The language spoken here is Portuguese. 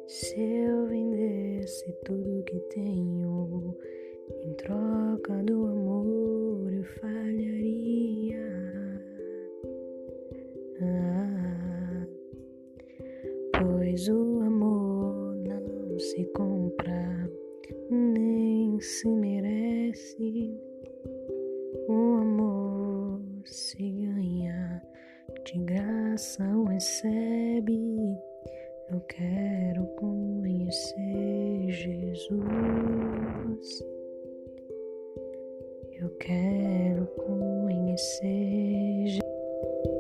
Se eu vendesse tudo que tenho em troca do amor, eu falharia. Pois o amor não se compra, nem se merece. O amor se ganha, de graça o recebe. Eu quero conhecer Jesus. Eu quero conhecer Jesus.